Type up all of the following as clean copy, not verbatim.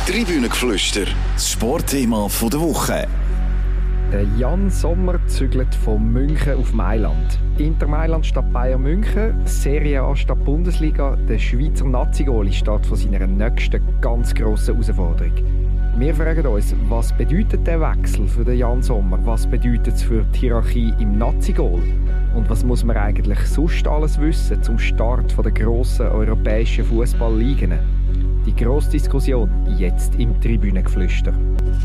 Tribünengeflüster, das Sportthema der Woche. Der Jan Sommer zügelt von München auf Mailand. Inter Mailand statt Bayern München, Serie A statt Bundesliga. Der Schweizer Nazi-Goalie steht vor seiner nächsten ganz grossen Herausforderung. Wir fragen uns, was bedeutet der Wechsel für den Jan Sommer? Was bedeutet es für die Hierarchie im Nazi-Goal? Und was muss man eigentlich sonst alles wissen zum Start der grossen europäischen Fußballligen? Die grosse Diskussion jetzt im Tribünengeflüster.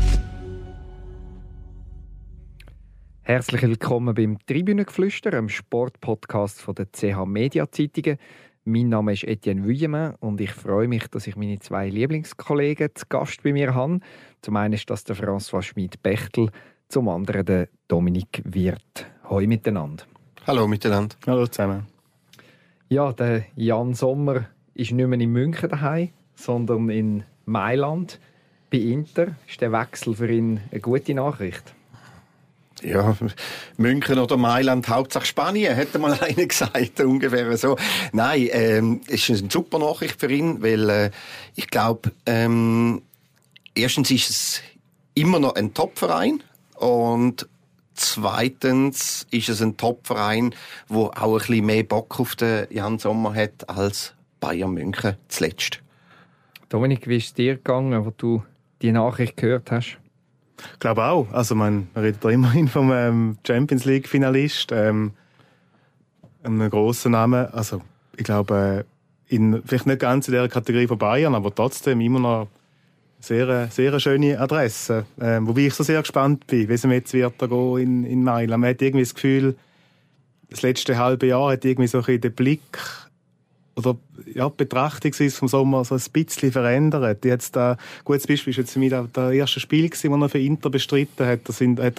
Herzlich willkommen beim Tribünengeflüster, einem Sportpodcast von der CH Media Zeitungen. Mein Name ist Etienne Vuillemin und ich freue mich, dass ich meine zwei Lieblingskollegen zu Gast bei mir habe. Zum einen ist das der François Schmid-Bechtel, zum anderen der Dominik Wirth. Hoi miteinander. Hallo miteinander. Hallo zusammen. Ja, der Jan Sommer ist nicht mehr in München daheim, sondern in Mailand bei Inter. Ist der Wechsel für ihn eine gute Nachricht? Ja, München oder Mailand, Hauptsache Spanien, hätte mal einer gesagt, ungefähr so. Nein, es ist eine super Nachricht für ihn, weil ich glaube, erstens ist es immer noch ein Top-Verein und zweitens ist es ein Top-Verein, der auch ein bisschen mehr Bock auf den Jan Sommer hat als Bayern München zuletzt. Dominik, wie ist es dir gegangen, als du die Nachricht gehört hast? Ich glaube auch. Also man redet da immerhin vom Champions League-Finalist, einem grossen Namen. Also ich glaube, vielleicht nicht ganz in der Kategorie von Bayern, aber trotzdem immer noch sehr, sehr schöne Adresse. Wobei ich so sehr gespannt bin, wie es jetzt wird da gehen in Mailand. Man hat irgendwie das Gefühl, das letzte halbe Jahr hat irgendwie so ein bisschen den Blick oder ja, die Betrachtungsweise vom Sommer so ein bisschen verändert. Jetzt ein gutes Beispiel ist jetzt für mich das erste Spiel gewesen, das er für Inter bestritten hat.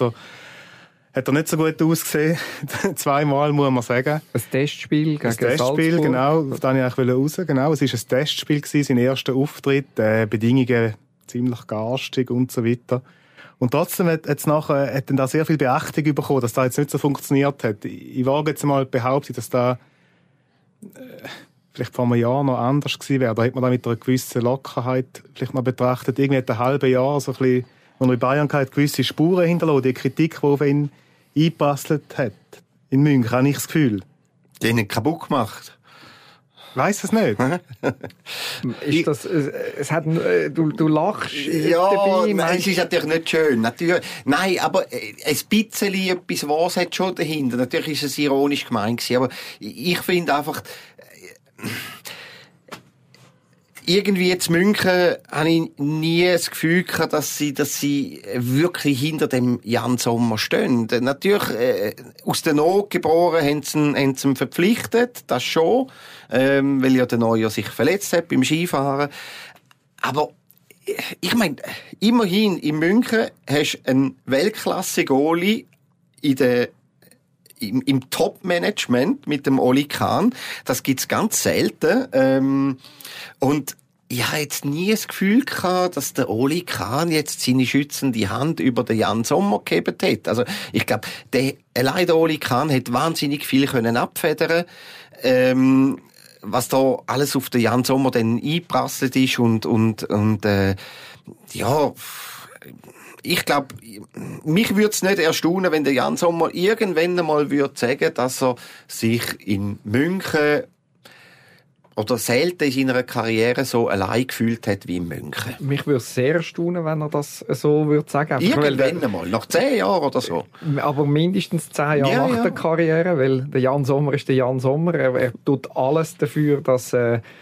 Hat er nicht so gut ausgesehen. Zweimal, muss man sagen. Ein Testspiel gegen Salzburg. Ein Testspiel, genau. Da wollte ich raus. Genau. Es war ein Testspiel gewesen, sein erster Auftritt. Bedingungen ziemlich garstig und so weiter. Und trotzdem hat dann da sehr viel Beachtung bekommen, dass das jetzt nicht so funktioniert hat. Ich wage jetzt mal behaupten, dass da vielleicht vor einem Jahr noch anders gewesen wäre. Da hat man da mit einer gewissen Lockerheit vielleicht mal betrachtet. Irgendwie hat ein halbes Jahr so ein bisschen, wo er in Bayern hatte, gewisse Spuren hinterlassen. Die Kritik, die auf ihn eingeprasselt hat. In München, habe ich das Gefühl. Die haben ihn kaputt gemacht. Weiss es nicht. Ist das, du lachst ja, dabei. Nein, es ist natürlich nicht schön. Natürlich, nein, aber ein bisschen etwas was hat schon dahinter. Natürlich ist es ironisch gemeint gewesen, aber ich finde einfach, irgendwie jetzt München habe ich nie das Gefühl gehabt, dass sie wirklich hinter dem Jan Sommer stehen. Natürlich, aus der Not geboren haben sie ihn verpflichtet, das schon, weil ja der Neuer sich verletzt hat beim Skifahren. Aber ich meine, immerhin in München hast du einen Weltklasse-Goalie im Top-Management mit dem Oli Kahn. Das gibt's ganz selten. Und ich habe jetzt nie das Gefühl gehabt, dass der Oli Kahn jetzt seine schützende Hand über den Jan Sommer gegeben hat. Also, ich glaube, allein der Oli Kahn hat wahnsinnig viel können abfedern, was da alles auf den Jan Sommer dann eingeprasselt ist und ja, ich glaube, mich würde es nicht erstaunen, wenn der Jan Sommer irgendwann einmal würde sagen, dass er sich in München oder selten in seiner Karriere so allein gefühlt hat wie in München. Mich würde es sehr erstaunen, wenn er das so würde sagen. Irgendwann einmal, nach 10 Jahren oder so. Aber mindestens 10 Jahre nach der Karriere, weil der Jan Sommer ist der Jan Sommer. Er tut alles dafür, dass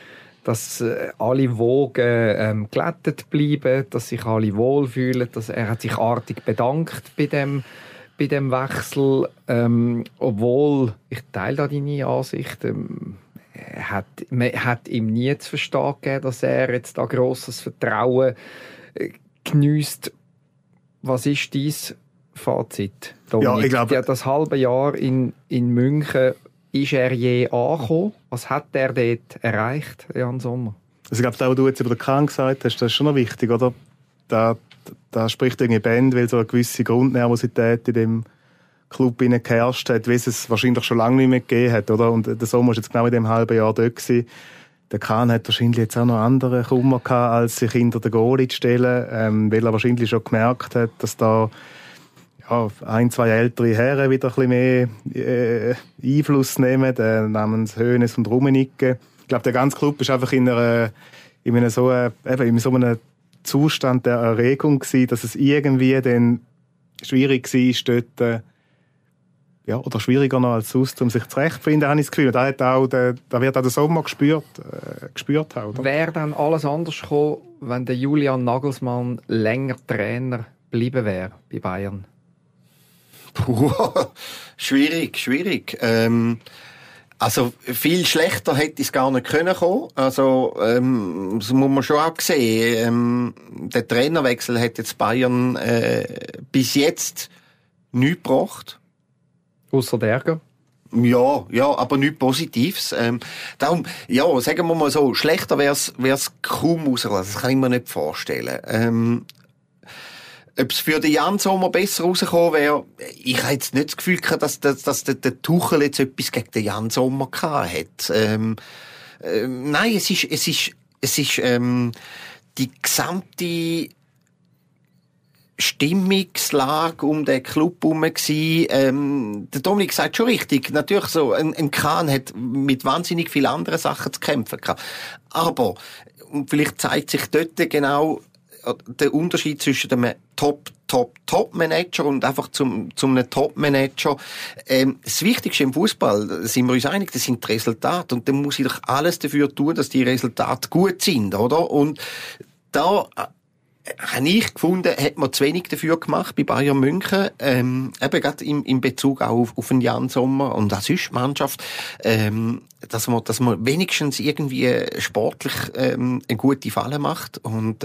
alle Wogen glättet bleiben, dass sich alle wohlfühlen, dass er hat sich artig bedankt bei dem Wechsel, obwohl ich teile da deine Ansicht. Man hat ihm nie zu verstehen gegeben, dass er jetzt da grosses Vertrauen geniesst. Was ist dein Fazit, Dominik? Ja, ich glaube, das halbe Jahr in München, ist er je angekommen? Was hat er dort erreicht, Jan Sommer? Also ich glaube, das, was du jetzt über den Kahn gesagt hast, das ist schon noch wichtig, oder? Da spricht irgendwie Band, weil so eine gewisse Grundnervosität in dem Club geherrscht hat, wie es wahrscheinlich schon lange nicht mehr gegeben hat, oder? Und der Sommer war jetzt genau in dem halben Jahr dort gewesen. Der Kahn hat wahrscheinlich jetzt auch noch andere Kummer gehabt, als sich hinter den Goalie zu stellen, weil er wahrscheinlich schon gemerkt hat, dass da ein, zwei ältere Herren wieder ein bisschen mehr Einfluss nehmen, namens Hoeneß und Rummenigge. Ich glaube, der ganze Club ist einfach in so einem Zustand der Erregung gewesen, dass es irgendwie dann schwierig war, dort, oder schwieriger noch als sonst, um sich zurechtzufinden, habe ich das Gefühl. Da wird auch der Sommer gespürt haben. Wäre dann alles anders gekommen, wenn der Julian Nagelsmann länger Trainer geblieben wäre bei Bayern? Schwierig. Also viel schlechter hätte es gar nicht können kommen. Also das muss man schon auch sehen. Der Trainerwechsel hat jetzt Bayern bis jetzt nichts gebracht. Ausser der Ärger? Ja, aber nichts Positives. Darum, sagen wir mal so, schlechter wär's kaum rausgelassen. Das kann ich mir nicht vorstellen. Ob es für den Jan Sommer besser rausgekommen wäre, ich habe jetzt nicht das Gefühl gehabt, dass der Tuchel jetzt etwas gegen den Jan Sommer gehabt hat. Nein, es ist die gesamte Stimmungslage um den Club herum gewesen. Der Dominik sagt schon richtig. Natürlich so, ein Kahn hat mit wahnsinnig vielen anderen Sachen zu kämpfen gehabt. Aber, und vielleicht zeigt sich dort genau der Unterschied zwischen dem Top-Manager und einfach zum einem Top-Manager. Das Wichtigste im Fußball, da sind wir uns einig, das sind die Resultate. Und dann muss ich doch alles dafür tun, dass die Resultate gut sind, oder? Und da habe ich gefunden, hat man zu wenig dafür gemacht bei Bayern München, eben gerade in Bezug auch auf den Jan Sommer und auch sonst die Mannschaft, dass man wenigstens irgendwie sportlich eine gute Falle macht und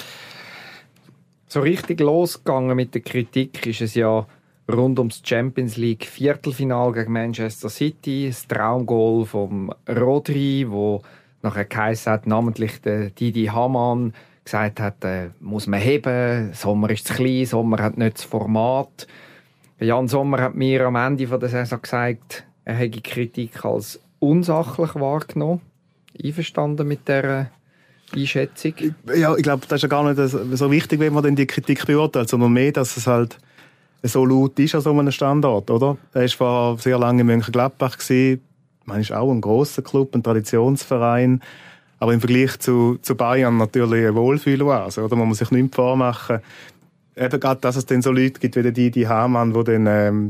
so richtig losgegangen mit der Kritik ist es ja rund ums Champions League Viertelfinale gegen Manchester City, das Traumgoal vom Rodri, wo nachher geheißen hat, namentlich der Didi Hamann gesagt hat, muss man heben, Sommer ist zu klein, Sommer hat nicht das Format. Jan Sommer hat mir am Ende der Saison gesagt, er hätte Kritik als unsachlich wahrgenommen. Einverstanden mit dieser Einschätzung? Ja, ich glaube, das ist ja gar nicht so wichtig, wenn man denn die Kritik beurteilt, sondern mehr, dass es halt so laut ist an so einem Standort, oder? Er war vor sehr lange in Mönchengladbach gewesen. Man ist auch ein grosser Club, ein Traditionsverein. Aber im Vergleich zu Bayern natürlich ein Wohlfühloase, oder? Man muss sich nichts vormachen. Eben gerade, dass es dann so Leute gibt wie die Hamann, die dann,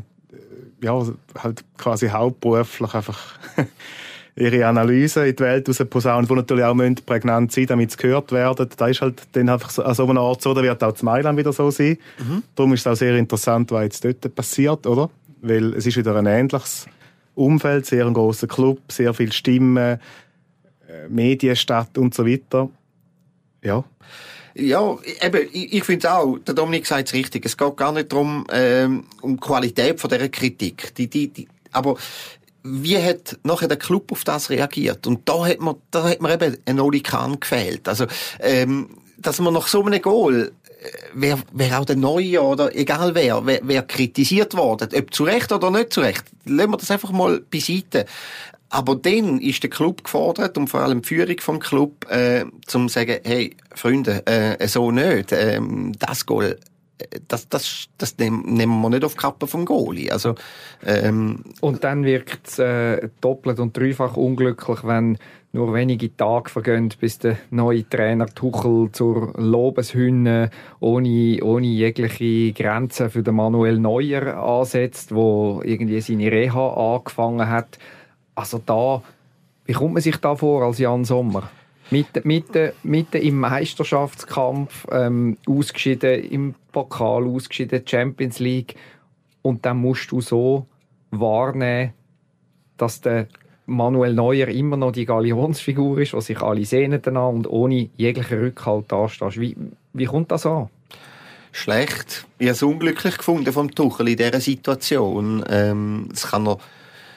halt quasi hauptberuflich einfach ihre Analyse in die Welt rausposaunen, die natürlich auch prägnant sein, damit sie gehört werden. Da ist halt dann einfach an so einem Ort so, da wird auch zu Mailand wieder so sein. Darum ist es auch sehr interessant, was jetzt dort passiert, oder? Weil es ist wieder ein ähnliches Umfeld, sehr ein grosser Club, sehr viele Stimmen, Medienstadt und so weiter. Ja. Ja, eben, ich finde auch, der Dominik sagt es richtig, es geht gar nicht darum, um die Qualität von dieser Kritik. Aber wie hat nachher der Club auf das reagiert? Und da hat man eben einen Oli Kahn gefehlt. Also, dass man nach so einem Goal, wer auch der Neue oder egal wer kritisiert worden, ob zu Recht oder nicht zu Recht, lassen wir das einfach mal beiseite. Aber dann ist der Club gefordert und vor allem die Führung vom Club, zum zu sagen, hey, Freunde, so nicht. Das Goal, das nehmen wir nicht auf die Kappe vom Goalie. Also, und dann wirkt es doppelt und dreifach unglücklich, wenn nur wenige Tage vergehen, bis der neue Trainer Tuchel zur Lobeshymne ohne jegliche Grenzen für den Manuel Neuer ansetzt, wo irgendwie seine Reha angefangen hat. Also wie kommt man sich da vor als Jan Sommer? Mitten im Meisterschaftskampf, ausgeschieden im Pokal, ausgeschieden Champions League. Und dann musst du so wahrnehmen, dass der Manuel Neuer immer noch die Galionsfigur ist, die sich alle sehnen danach und ohne jeglichen Rückhalt dastehst. Wie kommt das an? Schlecht. Ich habe es unglücklich gefunden vom Tuchel in dieser Situation. Es kann er,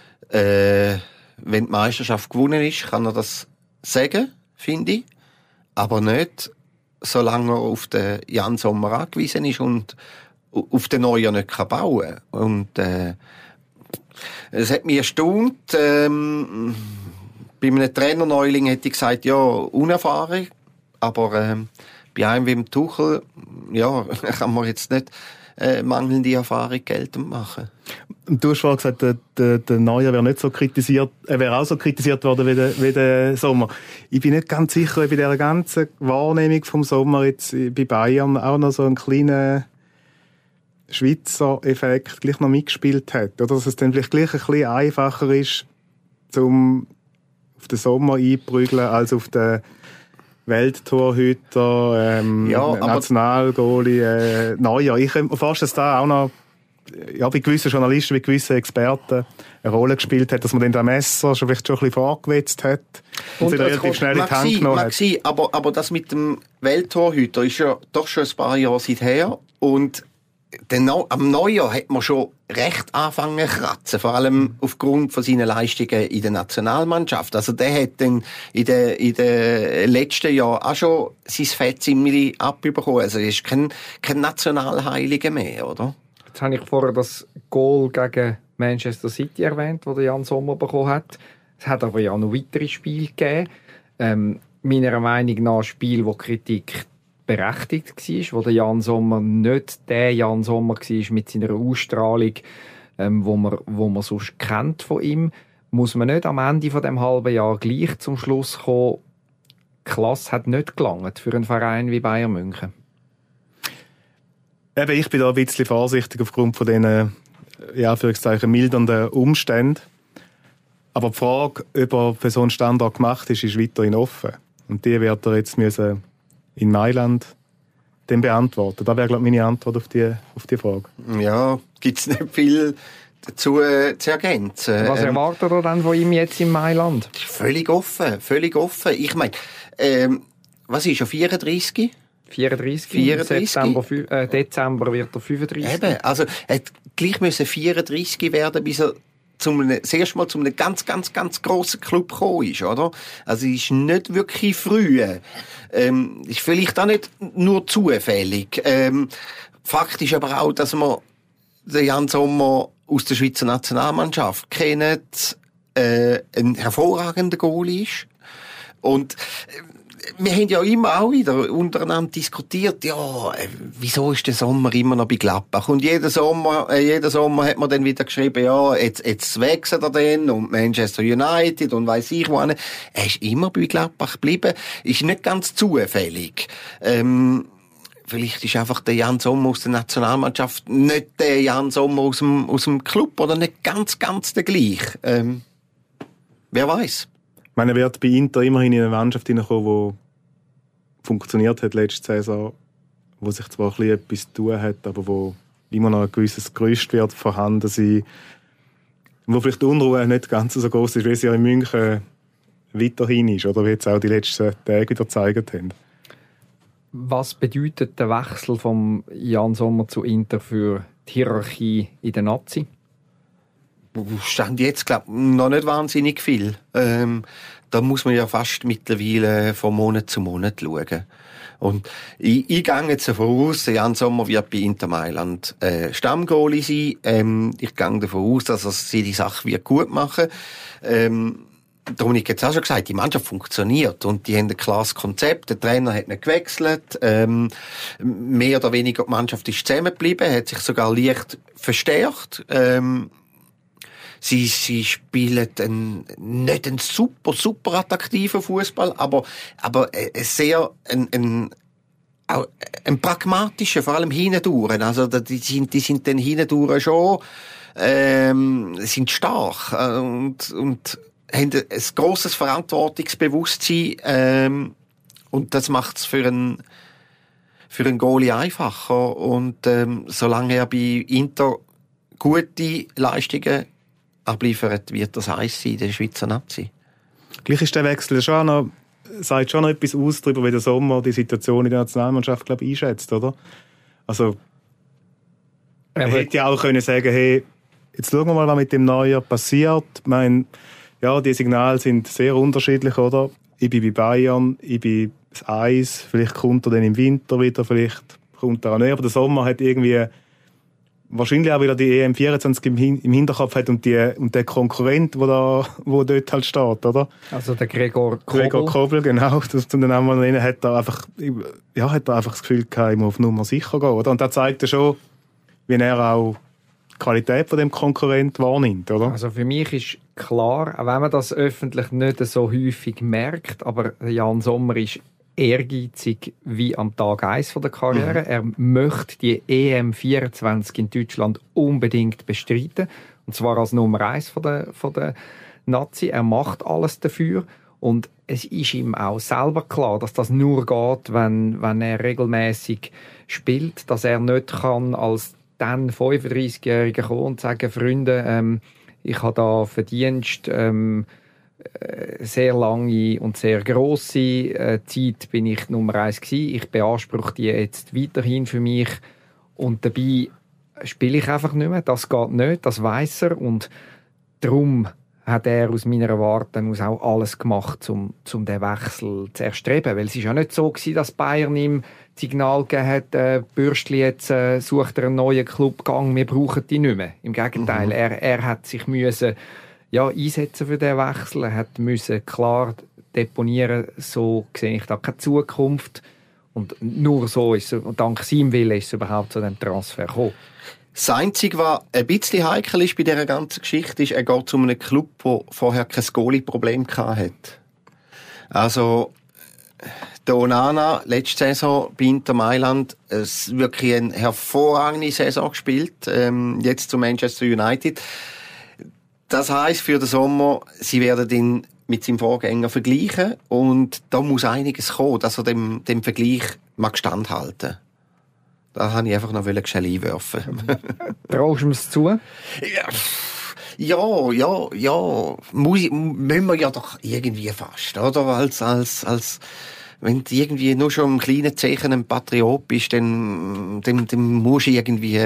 wenn die Meisterschaft gewonnen ist, kann er das sagen, finde ich. Aber nicht, solange er auf den Jan Sommer angewiesen ist und auf den Neuer nicht bauen kann. Und es hat mich erstaunt, bei einem Trainer-Neuling hätte ich gesagt, ja, unerfahren. Aber bei einem wie dem Tuchel, ja, kann man jetzt nicht mangelnde Erfahrung geltend machen. Du hast vorhin gesagt, der Neuer wäre nicht so kritisiert, er wäre auch so kritisiert worden wie der Sommer. Ich bin nicht ganz sicher, ob bei dieser ganzen Wahrnehmung vom Sommer jetzt bei Bayern auch noch so einen kleinen Schweizer Effekt gleich noch mitgespielt hat. Oder dass es dann vielleicht gleich ein bisschen einfacher ist, um auf den Sommer einzuprügeln, als auf den Welttorhüter, Nationalgoalie, Neuer. Ich könnte mir vorstellen, dass da auch noch bei gewissen Journalisten, bei gewissen Experten eine Rolle gespielt hat, dass man den Messer vielleicht schon ein bisschen vorgewetzt hat und sie relativ schnell in die Hand genommen hat. Aber das mit dem Welttorhüter ist ja doch schon ein paar Jahre seither und am Neujahr hat man schon recht angefangen zu kratzen, vor allem aufgrund von seinen Leistungen in der Nationalmannschaft. Also der hat dann in den letzten Jahren auch schon sein Fett ziemlich abbekommen. Also er ist kein Nationalheiliger mehr, oder? Jetzt habe ich vorher das Goal gegen Manchester City erwähnt, das Jan Sommer bekommen hat. Es hat aber ja noch weitere Spiele gegeben. Meiner Meinung nach Spiel, wo Kritik berechtigt war, wo der Jan Sommer nicht der Jan Sommer war mit seiner Ausstrahlung, wo man sonst kennt von ihm. Muss man nicht am Ende von dem halben Jahr gleich zum Schluss kommen, die Klasse hat nicht gelangt für einen Verein wie Bayern München? Eben, ich bin da ein bisschen vorsichtig aufgrund von diesen mildernden Umständen. Aber die Frage, ob er für so einen Standard gemacht ist weiterhin offen. Und die wird er jetzt müssen in Mailand dann beantworten. Das wäre, glaube ich, meine Antwort auf die Frage. Ja, gibt es nicht viel dazu zu ergänzen. Was erwartet er dann von ihm jetzt in Mailand? Völlig offen. Ich meine, was ist er, 34? 34. Dezember wird er 35. Eben, also er hat gleich müssen 34 werden, bis er das erste Mal zu einem ganz, ganz, ganz grossen Club gekommen ist, oder? Also es ist nicht wirklich früh. Ist vielleicht auch nicht nur zufällig. Fakt ist aber auch, dass man den Jan Sommer aus der Schweizer Nationalmannschaft kennt, ein hervorragender Goalie ist. Und wir haben ja immer auch wieder untereinander diskutiert, ja, wieso ist der Sommer immer noch bei Gladbach? Und jeden Sommer hat man dann wieder geschrieben, ja, jetzt wechselt er dann und Manchester United und weiss ich wo. Er ist immer bei Gladbach geblieben. Ist nicht ganz zufällig. Vielleicht ist einfach der Jan Sommer aus der Nationalmannschaft nicht der Jan Sommer aus dem Club oder nicht ganz der gleiche. Wer weiß? Ich meine, er wird bei Inter immerhin in eine Mannschaft hineinkommen, die funktioniert hat letzte Saison, wo sich zwar ein bisschen etwas zu tun hat, aber wo immer noch ein gewisses Gerüstwert vorhanden sein, wo vielleicht die Unruhe nicht ganz so groß ist, wie sie ja in München weiterhin ist, oder wie jetzt auch die letzten Tage wieder gezeigt haben. Was bedeutet der Wechsel von Jan Sommer zu Inter für die Hierarchie in der Nazi? Stand jetzt, glaube ich, noch nicht wahnsinnig viel. Da muss man ja fast mittlerweile von Monat zu Monat schauen. Und ich gehe jetzt davon aus, Jan Sommer wird bei Inter Mailand Stammgoalie sein. Ich gehe davon aus, dass er die Sache wird gut machen. Dominik hat es auch schon gesagt, die Mannschaft funktioniert und die haben ein klares Konzept. Der Trainer hat nicht gewechselt. Mehr oder weniger die Mannschaft ist zusammengeblieben, hat sich sogar leicht verstärkt. Sie spielen nicht einen super attraktiven Fußball, aber sehr ein pragmatischer, vor allem hindurch. Also die sind dann hindurch schon sind stark und haben ein grosses Verantwortungsbewusstsein und das macht es für einen Goalie einfacher. Und solange er bei Inter gute Leistungen abliefert, wird das heiß sein, der Schweizer Nazi. Gleich ist der Wechsel sagt schon noch etwas aus darüber, wie der Sommer die Situation in der Nationalmannschaft, glaube ich, einschätzt, oder? Also, er hätte ja auch können sagen, hey, jetzt schauen wir mal, was mit dem Neujahr passiert. Ich meine, ja, die Signale sind sehr unterschiedlich, oder? Ich bin bei Bayern, ich bin das Eis, vielleicht kommt er dann im Winter wieder, vielleicht kommt er auch nicht, aber der Sommer hat irgendwie wahrscheinlich auch wieder die EM24 im Hinterkopf hat und der Konkurrent, wo dort halt steht, oder? Also der Gregor Kobel. Gregor Kobel, genau, das zum Namen mal nennen, hat er einfach das Gefühl gehabt, ich muss auf Nummer sicher gehen, oder? Und das zeigt ja schon, wie er auch die Qualität von dem Konkurrent wahrnimmt, oder? Also für mich ist klar, auch wenn man das öffentlich nicht so häufig merkt, aber Jan Sommer ist ehrgeizig wie am Tag 1 der Karriere. Er möchte die EM24 in Deutschland unbedingt bestreiten. Und zwar als Nummer 1 von der Nazi. Er macht alles dafür. Und es ist ihm auch selber klar, dass das nur geht, wenn er regelmäßig spielt, dass er nicht kann als dann 35-Jähriger kommen und sagen, Freunde, ich habe da Verdienst, sehr lange und sehr grosse Zeit bin ich Nummer 1 gewesen. Ich beanspruche die jetzt weiterhin für mich und dabei spiele ich einfach nicht mehr. Das geht nicht, das weiss er und darum hat er aus meiner Warte auch alles gemacht, um den Wechsel zu erstreben. Weil es ist ja nicht so gewesen, dass Bayern ihm Signal gegeben hat, Bürstli, jetzt sucht er einen neuen Clubgang, wir brauchen die nicht mehr. Im Gegenteil, er hat sich müssen einsetzen für den Wechsel. Er hat müssen klar deponieren, so sehe ich da keine Zukunft. Und nur so ist es, und dank seinem Willen ist es überhaupt zu diesem Transfer gekommen. Das Einzige, was ein bisschen heikel ist bei dieser ganzen Geschichte, ist, er geht zu einem Club, der vorher kein Goalie-Problem hatte. Also, der Onana, letzte Saison bei Inter Mailand, wirklich eine hervorragende Saison gespielt, jetzt zu Manchester United. Das heisst für den Sommer, sie werden ihn mit seinem Vorgänger vergleichen und da muss einiges kommen, dass er dem Vergleich mag standhalten. Da wollte ich einfach noch schnell einwerfen. Traust du ihm es zu? Ja. Müssen wir ja doch irgendwie fast, oder? Als wenn du irgendwie nur schon im kleinen Zeichen ein Patriot bist, dann musst du irgendwie,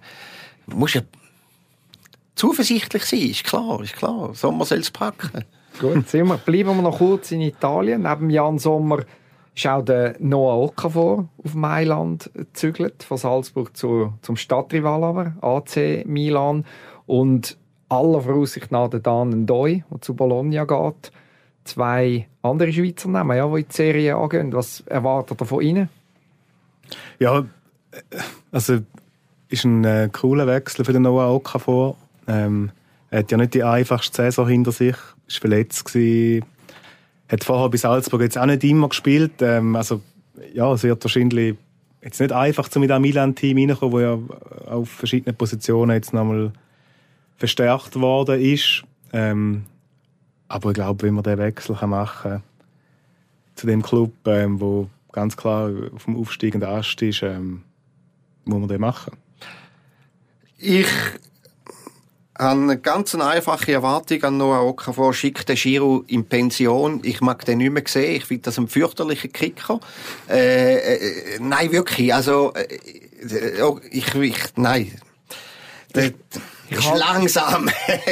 zuversichtlich sein, ist klar. Sommer soll es packen. Gut, bleiben wir noch kurz in Italien. Neben Jan Sommer ist auch der Noah Okafor auf Mailand gezügelt, von Salzburg zum Stadtrival aber, AC Milan. Und aller Voraussicht nach der Dan Ndoi, der zu Bologna geht. 2 andere Schweizer Namen, die in die Serie angehen. Was erwartet er von ihnen? Ja, also ist ein cooler Wechsel für den Noah Okafor. Er hat ja nicht die einfachste Saison hinter sich, ist verletzt gewesen, hat vorher bei Salzburg jetzt auch nicht immer gespielt. Also ja, es wird wahrscheinlich jetzt nicht einfach, um in das Milan-Team reinzukommen, wo ja auf verschiedenen Positionen jetzt nochmal verstärkt worden ist. Aber ich glaube, wenn man den Wechsel machen kann zu dem Club, wo ganz klar auf dem aufsteigenden Ast ist, muss man den machen. Ich habe eine ganz einfache Erwartung an Noah Okafor. Schickt den Giroud in Pension. Ich mag den nicht mehr sehen. Ich finde das ein fürchterlicher Kicker. Nein, wirklich. Also, nein. Ist langsam.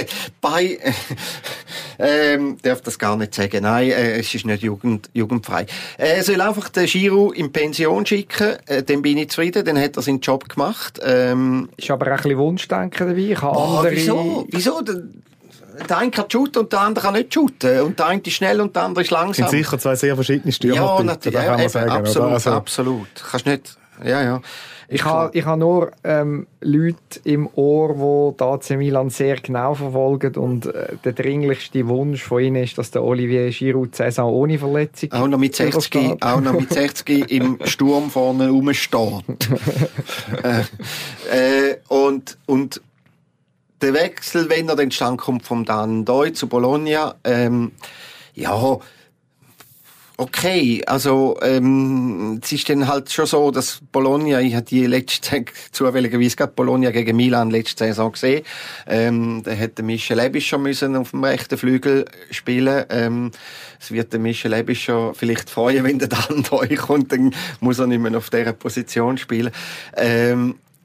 Darf das gar nicht sagen. Nein, es ist nicht jugendfrei. Er soll einfach den Giroud in Pension schicken. Dann bin ich zufrieden. Dann hat er seinen Job gemacht. Ist aber auch ein bisschen Wunschdenken dabei. Ich habe andere... Wieso? Der eine kann shooten und der andere kann nicht shooten. Und der eine ist schnell und der andere ist langsam. Es sind sicher 2 sehr verschiedene Stürmer. Ja, natürlich. Kann man sagen, absolut. Kannst nicht... Ja. Ich habe nur Leute im Ohr, die AC Milan sehr genau verfolgen und der dringlichste Wunsch von ihnen ist, dass der Olivier Giroud die Saison ohne Verletzung auch noch mit 60 im Sturm vorne rumsteht. Und der Wechsel, wenn er dann stand kommt vom Dan Ndoi zu Bologna, okay, also es ist dann halt schon so, dass Bologna, ich habe die letzte zufälligerweise gerade Bologna gegen Milan letzte Saison gesehen, da hätte Michel Ebischer müssen auf dem rechten Flügel spielen. Es wird der Michel Ebischer vielleicht freuen, wenn der Dan Ndoi kommt, dann muss er nicht mehr auf dieser Position spielen.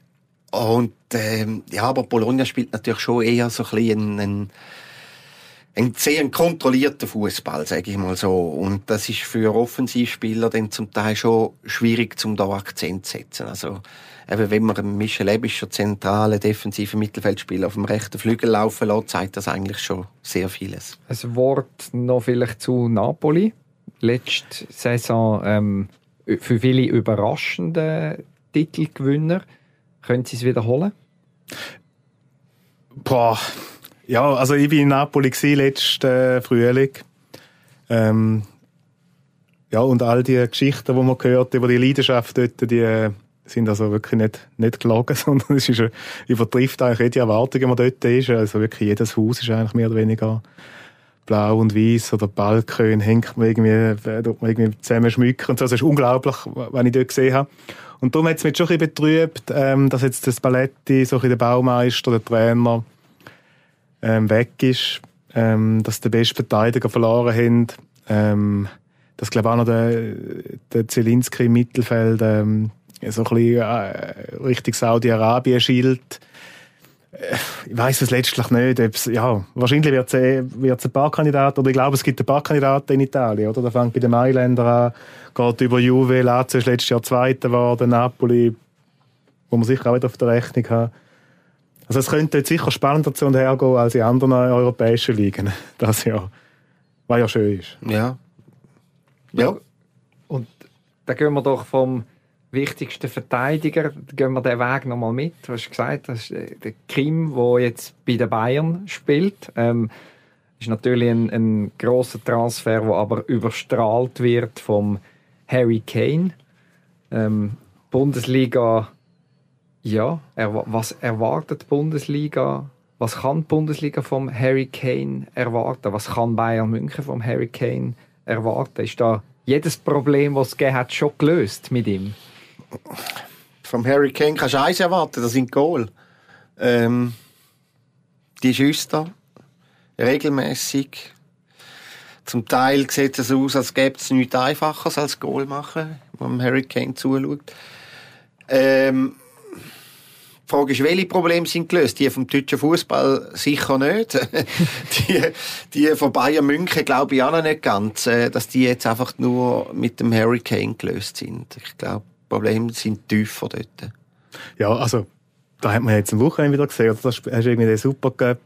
Aber Bologna spielt natürlich schon eher so ein bisschen ein sehr kontrollierter Fußball, sage ich mal so. Und das ist für Offensivspieler dann zum Teil schon schwierig, zum da Akzent zu setzen. Also, eben, wenn man einen Michel Ebischer zentralen defensiven Mittelfeldspieler auf dem rechten Flügel laufen lässt, zeigt das eigentlich schon sehr vieles. Ein Wort noch vielleicht zu Napoli. Letzte Saison für viele überraschende Titelgewinner. Können Sie es wiederholen? Boah. Ja, also ich war in Napoli letzten Frühling. Ja, und all die Geschichten, die man gehört über die Leidenschaft dort, die sind also wirklich nicht gelogen, sondern es ist, übertrifft eigentlich die Erwartungen, die man dort ist. Also wirklich jedes Haus ist eigentlich mehr oder weniger blau und weiß oder Balkon hängt man irgendwie zusammen schmücken und so. Das ist unglaublich, was ich dort gesehen habe. Und darum hat es mich schon ein bisschen betrübt, dass jetzt das Paletti, so ein bisschen der Baumeister, der Trainer, weg ist, dass die besten Verteidiger verloren haben, dass, glaube ich, auch noch der Zielinski im Mittelfeld so ein bisschen Richtung Saudi-Arabien schielt. Ich weiss es letztlich nicht. Wahrscheinlich wird es ein paar Kandidaten, oder ich glaube, es gibt ein paar Kandidaten in Italien, oder? Da fängt bei den Mailändern an, geht über Juve, Lazio ist letztes Jahr Zweiter geworden, Napoli, wo man sicher auch wieder auf der Rechnung hat. Also es könnte jetzt sicher spannender zu und her gehen als in anderen europäischen Ligen. Das Jahr. Was ja schön ist. Ja. Und da gehen wir doch vom wichtigsten Verteidiger, gehen wir den Weg nochmal mit. Du hast gesagt, das ist der Kim, der jetzt bei den Bayern spielt. Ist natürlich ein grosser Transfer, der aber überstrahlt wird vom Harry Kane. Bundesliga. Ja, was erwartet die Bundesliga? Was kann die Bundesliga vom Harry Kane erwarten? Was kann Bayern München vom Harry Kane erwarten? Ist da jedes Problem, das es gegeben hat, schon gelöst mit ihm? Vom Harry Kane kannst du eins erwarten, das sind Goal. Die Schüsse regelmäßig. Zum Teil sieht es aus, als gäbe es nichts Einfacheres als Goal machen, wenn man Harry Kane zuschaut. Die Frage ist, welche Probleme sind gelöst? Die vom deutschen Fußball sicher nicht. die von Bayern München glaube ich auch noch nicht ganz, dass die jetzt einfach nur mit dem Harry Kane gelöst sind. Ich glaube, die Probleme sind tiefer dort. Ja, also, da hat man jetzt am Wochenende wieder gesehen, oder? Da hast du irgendwie den Supercup,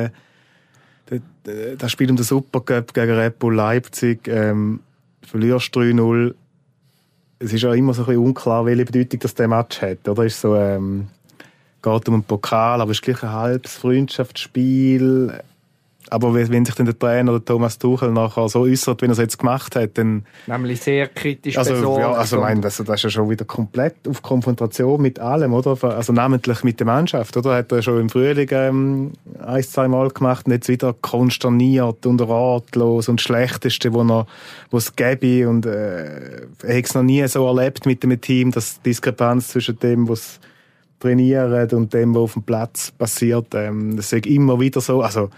das Spiel um den Supercup gegen Red Bull Leipzig, verlierst 3-0. Es ist ja immer so ein bisschen unklar, welche Bedeutung das der Match hat, oder? Ist so, geht um einen Pokal, aber es ist gleich ein halbes Freundschaftsspiel. Aber wenn sich dann der Trainer, der Thomas Tuchel, nachher so äußert, wie er es jetzt gemacht hat, dann... Nämlich sehr kritisch besorgt. Ja, also das ist ja schon wieder komplett auf Konfrontation mit allem, oder? Also namentlich mit der Mannschaft, oder? Hat er schon im Frühling 1-2 Mal gemacht und jetzt wieder konsterniert und ratlos und das Schlechteste, was es gäbe. Und er hat es noch nie so erlebt mit einem Team, dass die Diskrepanz zwischen dem, was trainieren und dem, was auf dem Platz passiert, das ist immer wieder so. Also,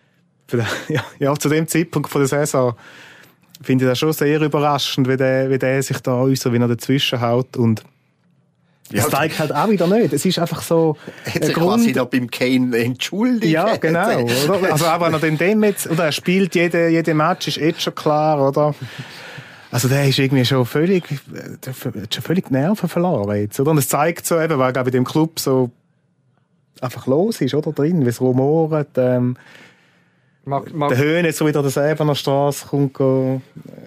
zu dem Zeitpunkt von der Saison finde ich das schon sehr überraschend, wie der sich da äußert, wie er dazwischen haut. Und das zeigt halt auch wieder nicht. Es ist einfach so. Hat sich quasi noch beim Kane entschuldigt. Ja, genau. Oder? Also, aber noch dem jetzt, oder er spielt jede Match, ist jetzt schon klar, oder? Also der ist irgendwie schon völlig die Nerven verloren jetzt, oder? Und es zeigt so eben, weil bei dem Club so einfach los ist, oder? Drin, wie es rumort. Der Höhn jetzt so wieder der Säbener Straße kommt, go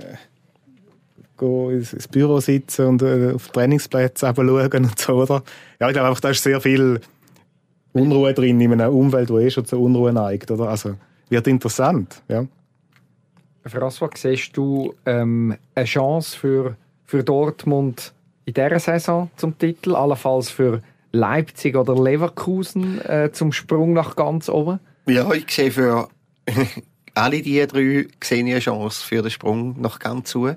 ins Büro sitzen und auf Trainingsplätze schauen und so, oder? Ja, ich glaube einfach, da ist sehr viel Unruhe drin in einer Umwelt, die schon zur Unruhe neigt, oder? Also wird interessant, ja. François, siehst du eine Chance für Dortmund in dieser Saison zum Titel, allenfalls für Leipzig oder Leverkusen zum Sprung nach ganz oben? Ja, ich sehe für alle die drei eine Chance für den Sprung nach ganz zu.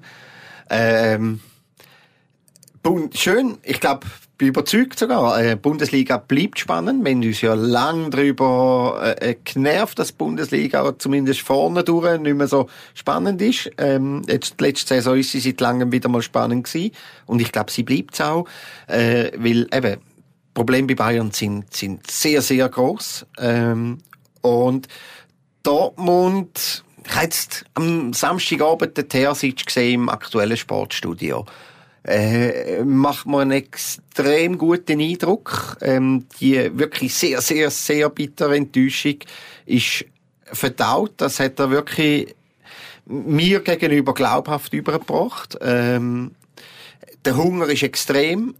Schön, ich glaube, bin überzeugt sogar. Die Bundesliga bleibt spannend. Wir haben uns ja lange darüber genervt, dass die Bundesliga zumindest vorne durch nicht mehr so spannend ist. Jetzt, die letzte Saison ist sie seit langem wieder mal spannend gewesen. Und ich glaube, sie bleibt es auch. Weil eben, Probleme bei Bayern sind sehr, sehr gross. Und Dortmund, ich habe jetzt am Samstagabend den Terzic gesehen im aktuellen Sportstudio. Macht mir einen extrem guten Eindruck. Die wirklich sehr, sehr, sehr bittere Enttäuschung ist verdaut. Das hat er wirklich mir gegenüber glaubhaft übergebracht. Der Hunger ist extrem.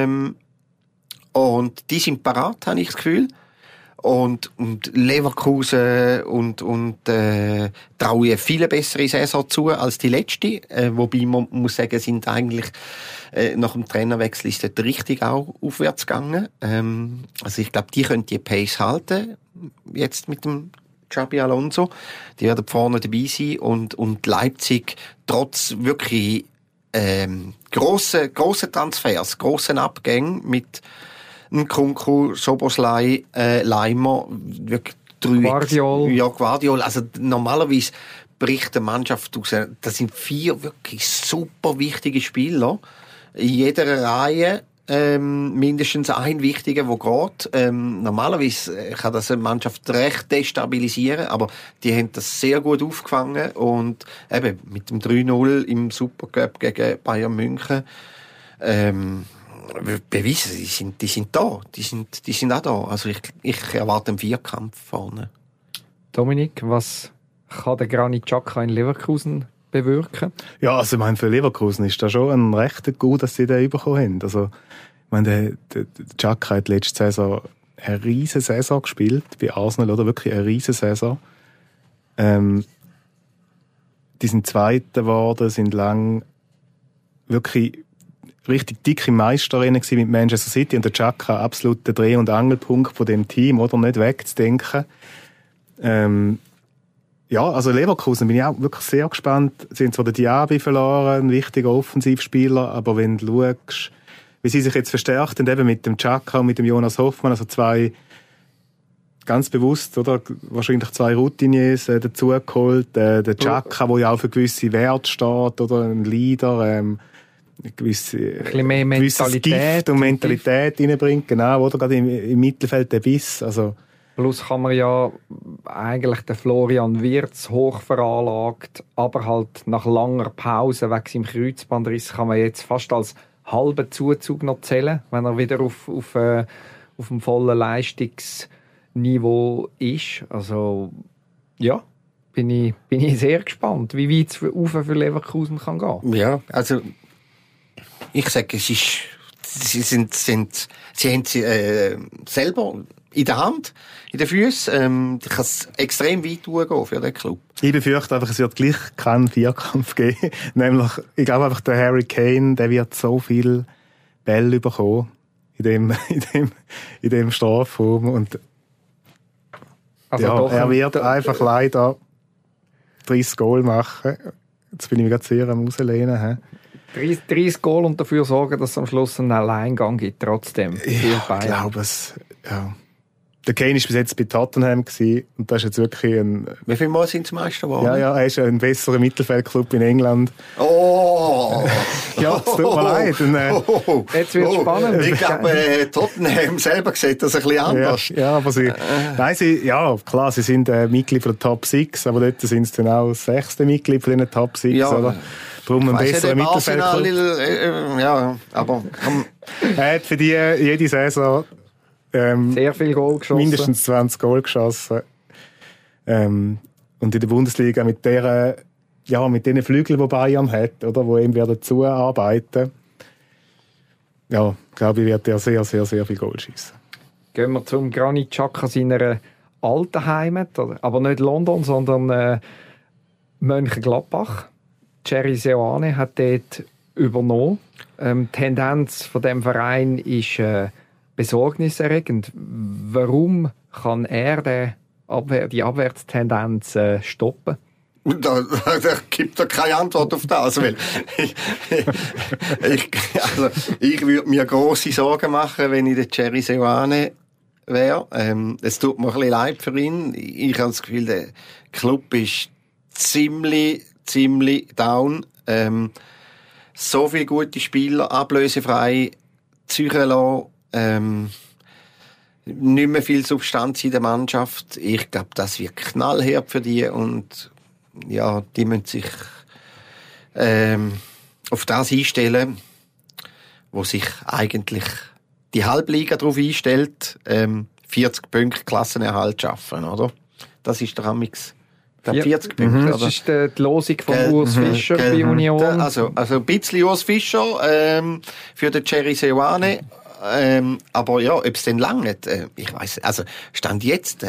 Und die sind parat, habe ich das Gefühl. Und Leverkusen und traue eine viel bessere Saison zu als die letzte. Wobei man muss sagen, sind eigentlich nach dem Trainerwechsel ist dort richtig auch aufwärts gegangen. Also ich glaube, die können die Pace halten, jetzt mit dem Xabi Alonso. Die werden vorne dabei sein und Leipzig trotz wirklich grossen Transfers, grossen Abgängen mit Nkunku, Soboslai, Leimer, wirklich Guardiol. Also normalerweise bricht die Mannschaft aus. Das sind 4 wirklich super wichtige Spieler. In jeder Reihe mindestens ein wichtiger, der geht. Normalerweise kann das eine Mannschaft recht destabilisieren, aber die haben das sehr gut aufgefangen und eben mit dem 3-0 im Supercup gegen Bayern München beweisen, die sind da. Die sind auch da. Also ich erwarte einen Vierkampf vorne. Dominik, was kann der Granit Xhaka in Leverkusen bewirken? Ja, also ich meine, für Leverkusen ist das schon ein rechter Gut, dass sie den bekommen haben. Also, ich meine, der Xhaka hat letzte Saison eine riesen Saison gespielt bei Arsenal, oder? Wirklich eine riesen Saison. Die sind Zweiter geworden, sind lang wirklich richtig dicke Meisterrennen mit Manchester City und der Xhaka absolut der Dreh- und Angelpunkt von dem Team, oder? Nicht wegzudenken. Ja, also Leverkusen bin ich auch wirklich sehr gespannt. Sie haben zwar den Diaby verloren, ein wichtiger Offensivspieler, aber wenn du schaust, wie sie sich jetzt verstärkt haben, eben mit dem Xhaka und mit dem Jonas Hoffmann, also 2 ganz bewusst, oder? Wahrscheinlich 2 Routiniers dazugeholt. Der Xhaka, der ja auch für gewisse Werte steht, oder? Ein Leader, gewisse mehr Mentalität Gift und Mentalität reinbringt, genau, oder? Gerade im Mittelfeld der Biss, also. Plus kann man ja eigentlich den Florian Wirtz hoch veranlagt, aber halt nach langer Pause wegen seinem Kreuzbandriss kann man jetzt fast als halben Zuzug noch zählen, wenn er wieder auf dem vollen Leistungsniveau ist. Also ja, bin ich sehr gespannt, wie weit es für Leverkusen kann gehen. Ja, also ich sage, sie haben sie selber in der Hand, in den Füßen. Ich kann es extrem weit gehen für den Club. Ich befürchte einfach, es wird gleich keinen Vierkampf geben. Nämlich, ich glaube einfach, der Harry Kane, der wird so viel Bälle bekommen in dem Strafraum. Und also ja, er wird einfach leider 30 Goal machen. Jetzt bin ich mir gerade sehr am Rauslehnen. 30 Goal und dafür sorgen, dass es am Schluss einen Alleingang gibt, trotzdem. Ja, ich glaube es. Ja. Der Kane war bis jetzt bei Tottenham gewesen, und das ist jetzt wirklich ein... Wie viele Mal sind sie Meister geworden? Ja, er ist ein besserer Mittelfeldclub in England. Oh! Ja, es tut mir leid. Jetzt wird es spannend. Ich glaube, Tottenham selber sieht das ein bisschen anders. Ja, aber sie sind Mitglied von der Top 6, aber dort sind sie dann auch das 6. Mitglied von den Top 6. Ja. Oder? Darum ein besserer Mittelfeldclub. Ja, aber... Er hat für die jede Saison sehr viel Goal geschossen. Mindestens 20 Goal geschossen. Und in der Bundesliga mit diesen Flügeln, die Bayern hat, oder, die ihm dazu arbeiten, ja, glaube ich, wird er sehr, sehr, sehr viel Goal schießen. Gehen wir zum Granit Xhaka seiner alten Heimat, aber nicht London, sondern Mönchengladbach. Thierry Seoane hat dort übernommen. Die Tendenz von dem Verein ist besorgniserregend. Warum kann er die Abwärtstendenz stoppen? Da gibt er keine Antwort auf das. Weil ich würde mir grosse Sorgen machen, wenn ich der Thierry Seoane wäre. Es tut mir ein bisschen leid für ihn. Ich habe das Gefühl, der Club ist ziemlich down. So viele gute Spieler ablösefrei ziehen lassen. nicht mehr viel Substanz in der Mannschaft. Ich glaube, das wird knallhart für die und ja, die müssen sich auf das einstellen, wo sich eigentlich die Halbliga darauf einstellt, 40 Punkte Klassenerhalt schaffen, oder? Das ist der Amix. 40 Punkte, das ist die Losung von Urs Fischer bei Union. Also ein bisschen Urs Fischer für den Jerry Seoane. Aber ja, ob es denn langt, ich weiss. Also stand jetzt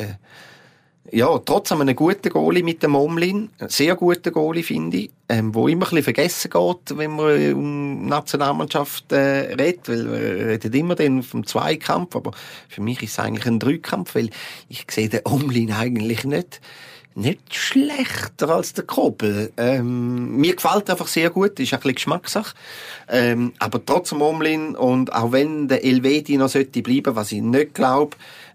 ja, trotz einem guten Goalie mit dem Omlin, sehr guten Goalie, finde ich, wo immer ein bisschen vergessen geht, wenn man um Nationalmannschaft redet, weil wir reden immer dann vom Zweikampf, aber für mich ist es eigentlich ein Dreikampf, weil ich sehe den Omlin eigentlich nicht schlechter als der Kobel. Mir gefällt einfach sehr gut, ist ein bisschen Geschmackssache. Aber trotzdem Omlin und auch wenn der Elvedi noch sollte bleiben, was ich nicht glaube,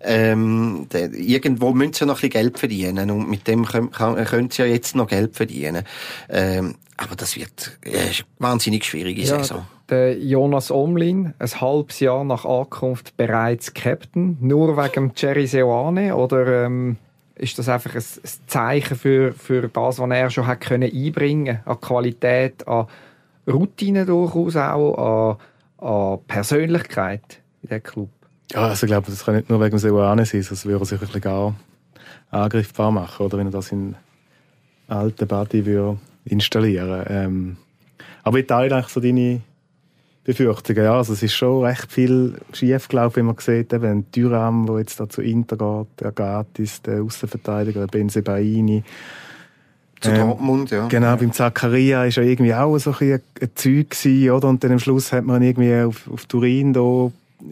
irgendwo müssen sie noch ein bisschen Geld verdienen und mit dem können sie ja jetzt noch Geld verdienen. Aber das wird wahnsinnig schwierige Saison. Der Jonas Omlin, ein halbes Jahr nach Ankunft bereits Captain, nur wegen Jerry Seoane, oder ist das einfach ein Zeichen für das, was er schon hat einbringen an Qualität, an Routine durchaus auch, an Persönlichkeit in diesem Club? Ja, also ich glaube, das kann nicht nur wegen Seoane sein, sonst würde er sich ein bisschen gar angriffbar machen, oder wenn er das in alten Body würde installieren. Aber ich teile eigentlich so deine Befürchtungen. Ja, also es ist schon recht viel schief gelaufen, wenn man sieht, eben Thuram, der jetzt da zu Inter geht, der Gatis, der Aussenverteidiger, der Bensebaini. Zu Dortmund, ja. Genau, beim Zakaria ist ja irgendwie auch so ein Zeug gewesen, oder? Und dann am Schluss hat man irgendwie auf Turin da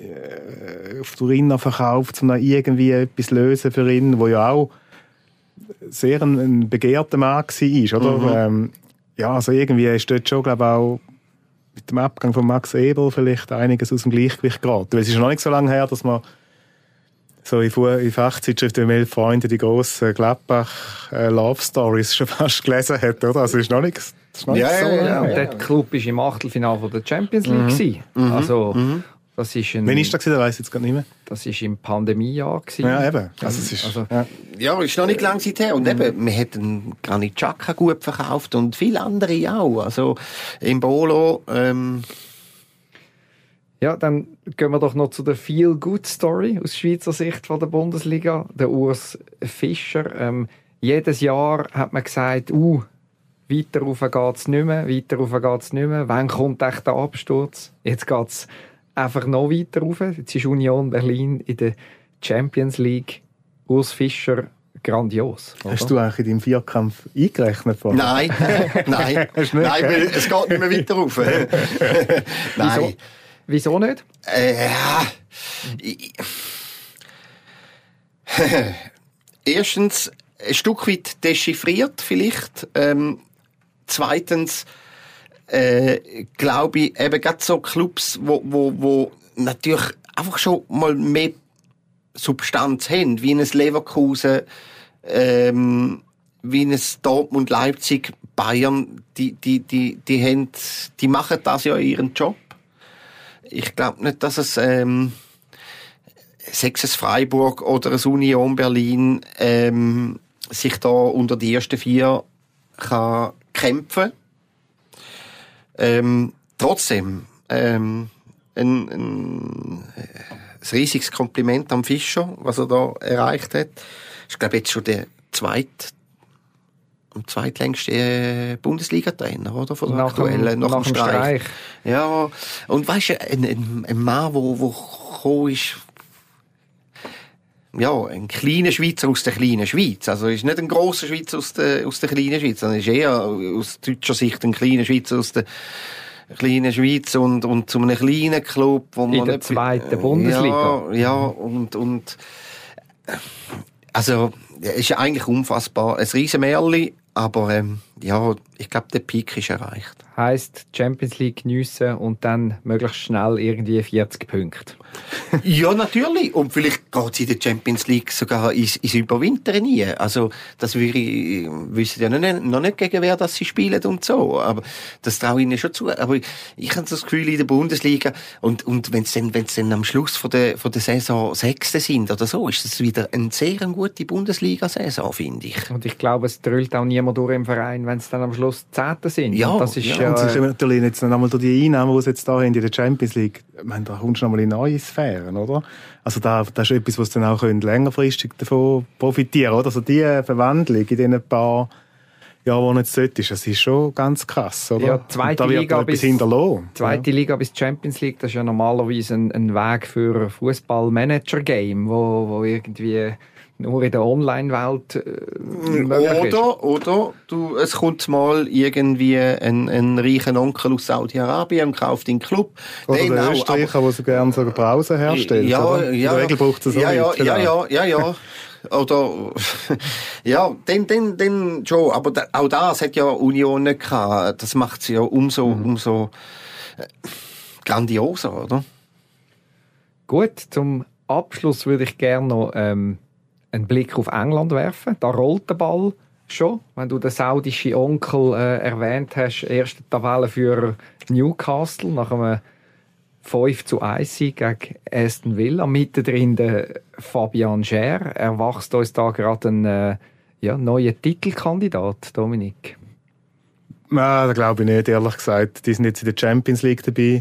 auf Turin noch verkauft, um dann irgendwie etwas lösen für ihn, wo ja auch sehr ein begehrter Mann war, oder? Ja, also irgendwie ist dort schon, glaube ich, auch mit dem Abgang von Max Ebel vielleicht einiges aus dem Gleichgewicht geraten. Weil es ist noch nicht so lange her, dass man so in Fachzeitschriften wie «Elf Freunde» die grossen Gladbach-Love-Stories schon fast gelesen hat, oder? Also es ist noch nicht so. Ja. Und der Club war im Achtelfinale der Champions League. Also, das ist Wann ist das gewesen? Das weiss ich jetzt gar nicht mehr. Das war im Pandemiejahr. Ja, eben. Also es ist, ja, ist noch nicht lange Zeit her. Und eben, wir hätten Granit Xhaka gut verkauft und viele andere auch. Also, Embolo, Ja, dann gehen wir doch noch zu der Feel-Good-Story aus Schweizer Sicht von der Bundesliga. Der Urs Fischer. Jedes Jahr hat man gesagt, weiter rauf geht's nicht mehr, Wann kommt echt der Absturz? Jetzt geht's einfach noch weiter rauf. Jetzt ist Union Berlin in der Champions League. Urs Fischer, grandios. Oder? Hast du eigentlich in deinem Vierkampf eingerechnet? Nein, weil es geht nicht mehr weiter rauf. Nein. Wieso nicht? Erstens, ein Stück weit dechiffriert vielleicht. Zweitens, glaube ich, eben gerade so Clubs, wo natürlich einfach schon mal mehr Substanz haben, wie ein Leverkusen, wie ein Dortmund, Leipzig, Bayern, die machen das ja ihren Job. Ich glaube nicht, dass es sechs Freiburg oder ein Union Berlin sich da unter die ersten 4 kann kämpfen. Trotzdem ein riesiges Kompliment am Fischer, was er da erreicht hat. Ich glaube jetzt schon der zweitlängste Bundesliga-Trainer, oder? Von der aktuellen, nach dem Streich. Ja, und weißt du, ein Mann, wo gekommen ist, ja, ein kleiner Schweizer aus der kleinen Schweiz. Also, ist nicht ein grosser Schweizer aus der kleinen Schweiz, sondern ist eher aus deutscher Sicht ein kleiner Schweizer aus der kleinen Schweiz und zu einem kleinen Club, wo man in der zweiten Bundesliga. Ja, und also, ist ja eigentlich unfassbar. Ein riesen Märli, aber ja, ich glaube, der Peak ist erreicht. Heisst Champions League geniessen und dann möglichst schnell irgendwie 40 Punkte. Ja, natürlich. Und vielleicht geht es in der Champions League sogar ins Überwintern nie. Also, das wissen ja noch nicht gegen wer das sie spielen und so. Aber das traue ich ihnen schon zu. Aber ich habe das Gefühl, in der Bundesliga, und wenn es dann am Schluss von der Saison Sechste sind oder so, ist das wieder eine sehr gute Bundesliga-Saison, finde ich. Und ich glaube, es drüllt auch niemand durch im Verein, wenn es dann am Schluss Zehnte sind. Ja, und das ist ja. Und sie kommen natürlich jetzt noch einmal durch die Einnahmen, die sie jetzt da haben in der Champions League. Ich meine, da kommst du noch mal in neue Sphären, oder? Also das ist etwas, was dann auch längerfristig davon profitieren, oder? Also die Verwandlung in diesen paar Jahren, wo jetzt dort ist, das ist schon ganz krass, oder? Ja, zweite Liga bis Liga bis Champions League, das ist ja normalerweise ein Weg für Fußball-Manager-Game, wo irgendwie nur in der Online-Welt möglich ist. Oder es kommt mal irgendwie ein reicher Onkel aus Saudi-Arabien und kauft den Club. Oder der Österreicher, der so gerne so Browser herstellt. Ja, oder? In der Regel braucht es so ja. Oder, ja, dann schon. Aber auch das hat ja Union nicht gehabt. Das macht es ja umso grandioser, oder? Gut, zum Abschluss würde ich gerne noch einen Blick auf England werfen. Da rollt der Ball schon. Wenn du den saudischen Onkel erwähnt hast, erste Tabellenführer Newcastle nach einem 5-1 gegen Aston Villa. Mittendrin der Fabian Schär. Er wächst uns da gerade einen neuen Titelkandidat, Dominik. Nein, das glaube ich nicht, ehrlich gesagt. Die sind jetzt in der Champions League dabei.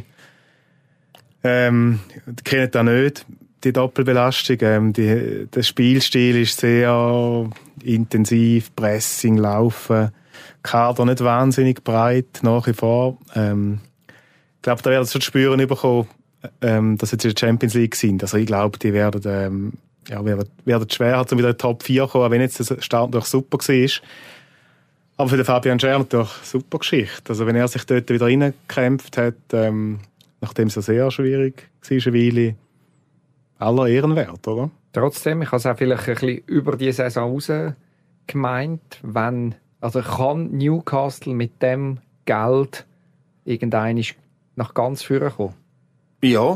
Die kennen das nicht, die Doppelbelastung. Der Spielstil ist sehr intensiv, Pressing, Laufen. Kader nicht wahnsinnig breit, nach wie vor. Ich glaube, da werden sie schon zu spüren bekommen, dass sie jetzt in der Champions League sind. Also ich glaube, die werden schwer, um wieder in die Top 4 zu kommen, auch wenn jetzt der Start natürlich super war. Aber für den Fabian Schär natürlich eine super Geschichte. Also wenn er sich dort wieder reingekämpft hat, nachdem es ja sehr schwierig war, eine Weile, aller Ehrenwert, oder? Trotzdem, ich habe es auch vielleicht ein bisschen über die Saison raus gemeint, kann Newcastle mit dem Geld irgendwann nach ganz vorne kommen? Ja.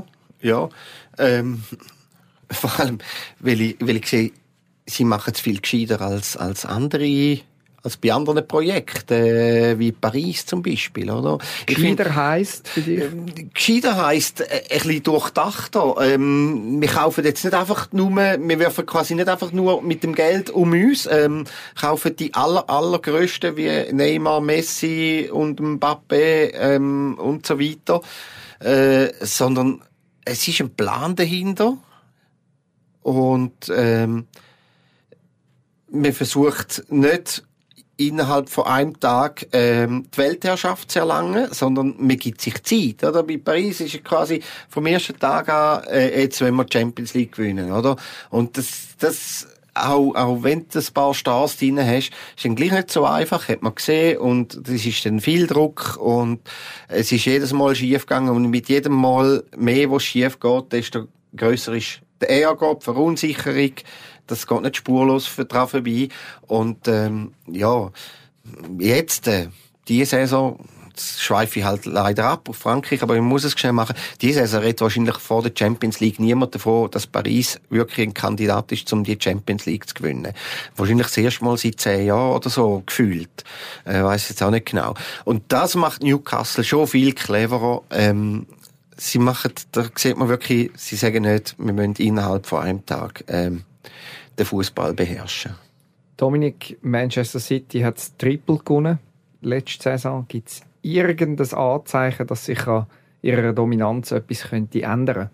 Vor allem, weil ich sehe, sie machen es viel gescheiter als andere, als bei anderen Projekten, wie Paris zum Beispiel, oder? Gescheiter heisst für dich? Gescheiter heisst, ein bisschen durchdachter. Wir kaufen jetzt nicht einfach nur, wir werfen quasi nicht einfach nur mit dem Geld um uns, kaufen die allergrößten wie Neymar, Messi und Mbappé, und so weiter, sondern es ist ein Plan dahinter und, man versucht nicht, innerhalb von einem Tag die Weltherrschaft zu erlangen, sondern man gibt sich Zeit. Oder? Bei Paris ist es quasi vom ersten Tag an, jetzt wollen wir die Champions League gewinnen. Oder? Und das auch wenn du ein paar Stars drin hast, ist dann gleich nicht so einfach, hat man gesehen. Und das ist dann viel Druck und es ist jedes Mal schief gegangen. Und mit jedem Mal mehr, was schief geht, desto grösser ist der Ärger, die Verunsicherung. Das geht nicht spurlos dran vorbei. Und jetzt, diese Saison, jetzt schweife ich halt leider ab auf Frankreich, aber ich muss es schnell machen. Diese Saison redet wahrscheinlich vor der Champions League niemand davon, dass Paris wirklich ein Kandidat ist, um die Champions League zu gewinnen. Wahrscheinlich das erste Mal seit 10 Jahren oder so gefühlt. Weiss jetzt auch nicht genau. Und das macht Newcastle schon viel cleverer. Sie machen, da sieht man wirklich, sie sagen nicht, wir müssen innerhalb von einem Tag den Fußball beherrschen. Dominik, Manchester City hat das Triple gewonnen letzte Saison. Gibt es irgendein Anzeichen, dass sich an ihrer Dominanz etwas könnte ändern?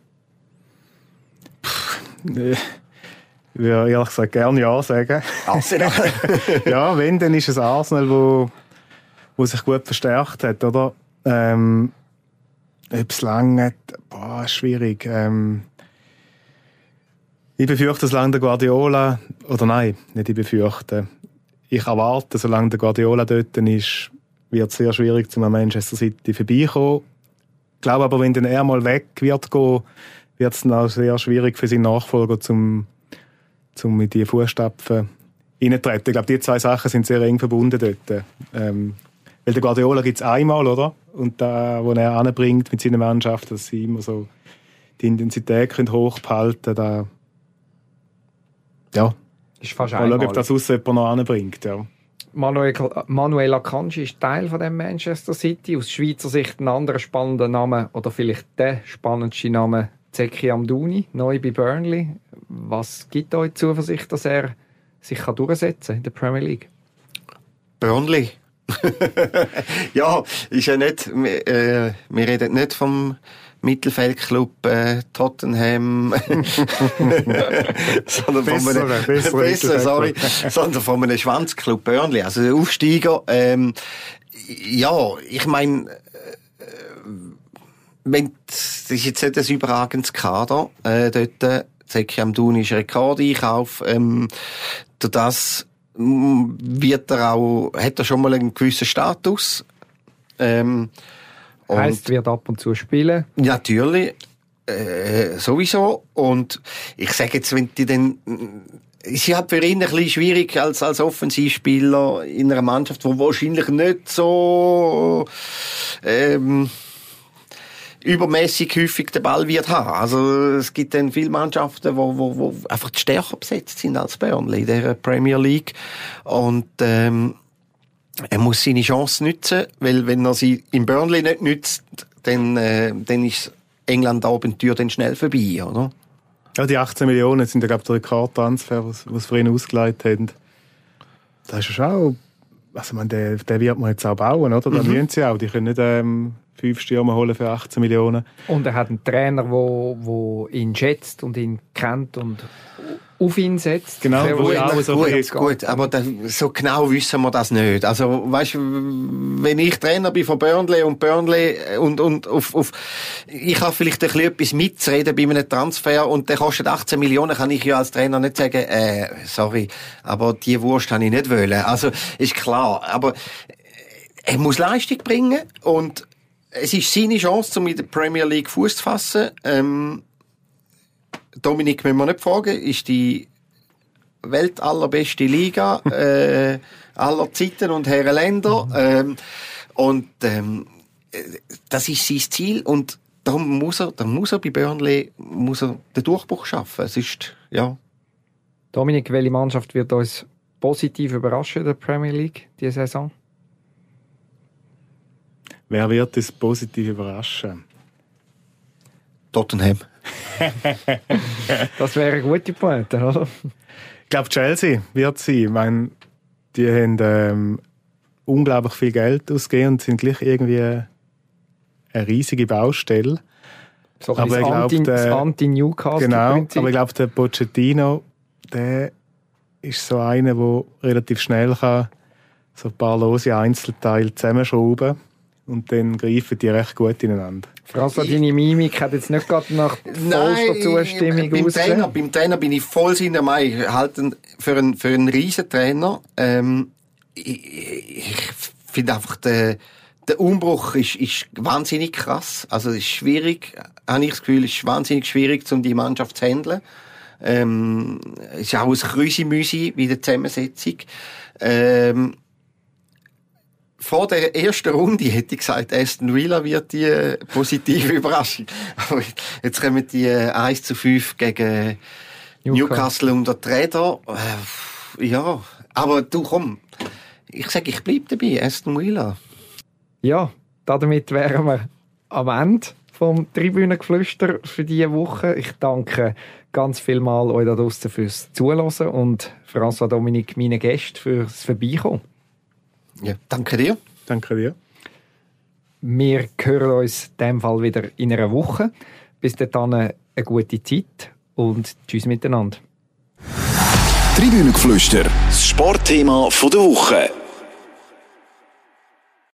Ich würde ehrlich gesagt gerne Ja sagen. Arsenal. Ja, wenn, dann ist es Arsenal, wo sich gut verstärkt hat, oder? Ob es lange hat, schwierig. Ich befürchte, solange der Guardiola, oder nein, nicht ich befürchte, ich erwarte, solange der Guardiola dort ist, wird es sehr schwierig, zum Manchester City vorbeikommen. Ich glaube aber, wenn dann er mal weg wird gehen, wird es dann auch sehr schwierig für seinen Nachfolger, zum in die Fußstapfen reintreten. Ich glaube, die zwei Sachen sind sehr eng verbunden dort. Weil der Guardiola gibt es einmal, oder? Und da, wo er anbringt mit seiner Mannschaft, dass sie immer so die Intensität hochbehalten können, ja. Ist fast mal schauen, ob das aus jemand noch anbringt, ja. Manuel Akanji ist Teil von dem Manchester City. Aus Schweizer Sicht ein anderer spannender Name oder vielleicht der spannendste Name, Zeki Amdouni, neu bei Burnley. Was gibt euch Zuversicht, dass er sich durchsetzen kann in der Premier League? Burnley. Ja, ist ja nicht, wir reden nicht vom Mittelfeldclub Tottenham, sondern von einem Schwanzclub Burnley, also der Aufsteiger. Ja, ich meine, das ist jetzt nicht ein überragendes Kader dort. Zeki Amdouni ist Rekordeinkauf. Durch das hat er schon mal einen gewissen Status. Heisst, wird ab und zu spielen? Natürlich, sowieso. Und ich sage jetzt, wenn die dann, ist ja für ihn ein bisschen schwierig als Offensivspieler in einer Mannschaft, die wahrscheinlich nicht so übermäßig häufig den Ball wird haben. Also es gibt dann viele Mannschaften, wo einfach stärker besetzt sind als Burnley in der Premier League. Und er muss seine Chance nutzen, weil wenn er sie in Burnley nicht nützt, dann ist England Abenteuer dann schnell vorbei, oder? Ja, die 18 Millionen sind ja, glaube ich, der Rekordtransfer, was für ihn ausgeleitet haben. Das ist ja schon, also man, der wird man jetzt auch bauen, oder? Da müssen sie auch. Die können nicht 5 Stürmer holen für 18 Millionen. Und er hat einen Trainer, der ihn schätzt und ihn kennt und auf ihn setzt. Genau, gut, aber so genau wissen wir das nicht. Also, weißt, wenn ich Trainer bin von Burnley und ich habe vielleicht ein bisschen etwas mitzureden bei einem Transfer und der kostet 18 Millionen, kann ich ja als Trainer nicht sagen, sorry, aber die Wurst habe ich nicht wollen. Also, ist klar. Aber er muss Leistung bringen und es ist seine Chance, um in der Premier League Fuß zu fassen. Dominik, müssen wir nicht fragen, ist die weltallerbeste Liga aller Zeiten und Herrenländer. Das ist sein Ziel und darum muss er bei Burnley den Durchbruch schaffen. Es ist, ja. Dominik, welche Mannschaft wird uns positiv überraschen in der Premier League diese Saison? Wer wird uns positiv überraschen? Tottenham. Das wäre eine gute Pointe, oder? Ich glaube, Chelsea wird sie. Ich meine, die haben unglaublich viel Geld ausgegeben und sind gleich irgendwie eine riesige Baustelle. So ein das Anti-Newcastle. Genau, Prinzip. Aber ich glaube, der Pochettino, der ist so einer, der relativ schnell kann so ein paar lose Einzelteile zusammenschrauben und dann greifen die recht gut ineinander. François, deine Mimik hat jetzt nicht gerade nach vollster Zustimmung ausgesehen. Beim Trainer bin ich voll seiner Meinung. Ich halte für einen Riesentrainer. Ich finde einfach, der Umbruch ist wahnsinnig krass. Also es ist schwierig, habe ich das Gefühl, es ist wahnsinnig schwierig, um die Mannschaft zu handeln. Es ist auch ein Krüsi-Müsi bei der Zusammensetzung. Vor der ersten Runde hätte ich gesagt, Aston Villa wird die positive Überraschung. Aber jetzt kommen die 1:5 gegen Newcastle unter die Räder. Ja, aber du komm, ich sage, ich bleibe dabei, Aston Villa. Ja, damit wären wir am Ende vom Tribünengeflüster für diese Woche. Ich danke ganz vielmal euch da draussen fürs Zuhören und François Dominik, meine Gäste, fürs Vorbeikommen. Ja, danke dir. Danke dir. Wir hören uns in diesem Fall wieder in einer Woche. Bis dahin eine gute Zeit und tschüss miteinander. Tribünengeflüster, das Sportthema der Woche.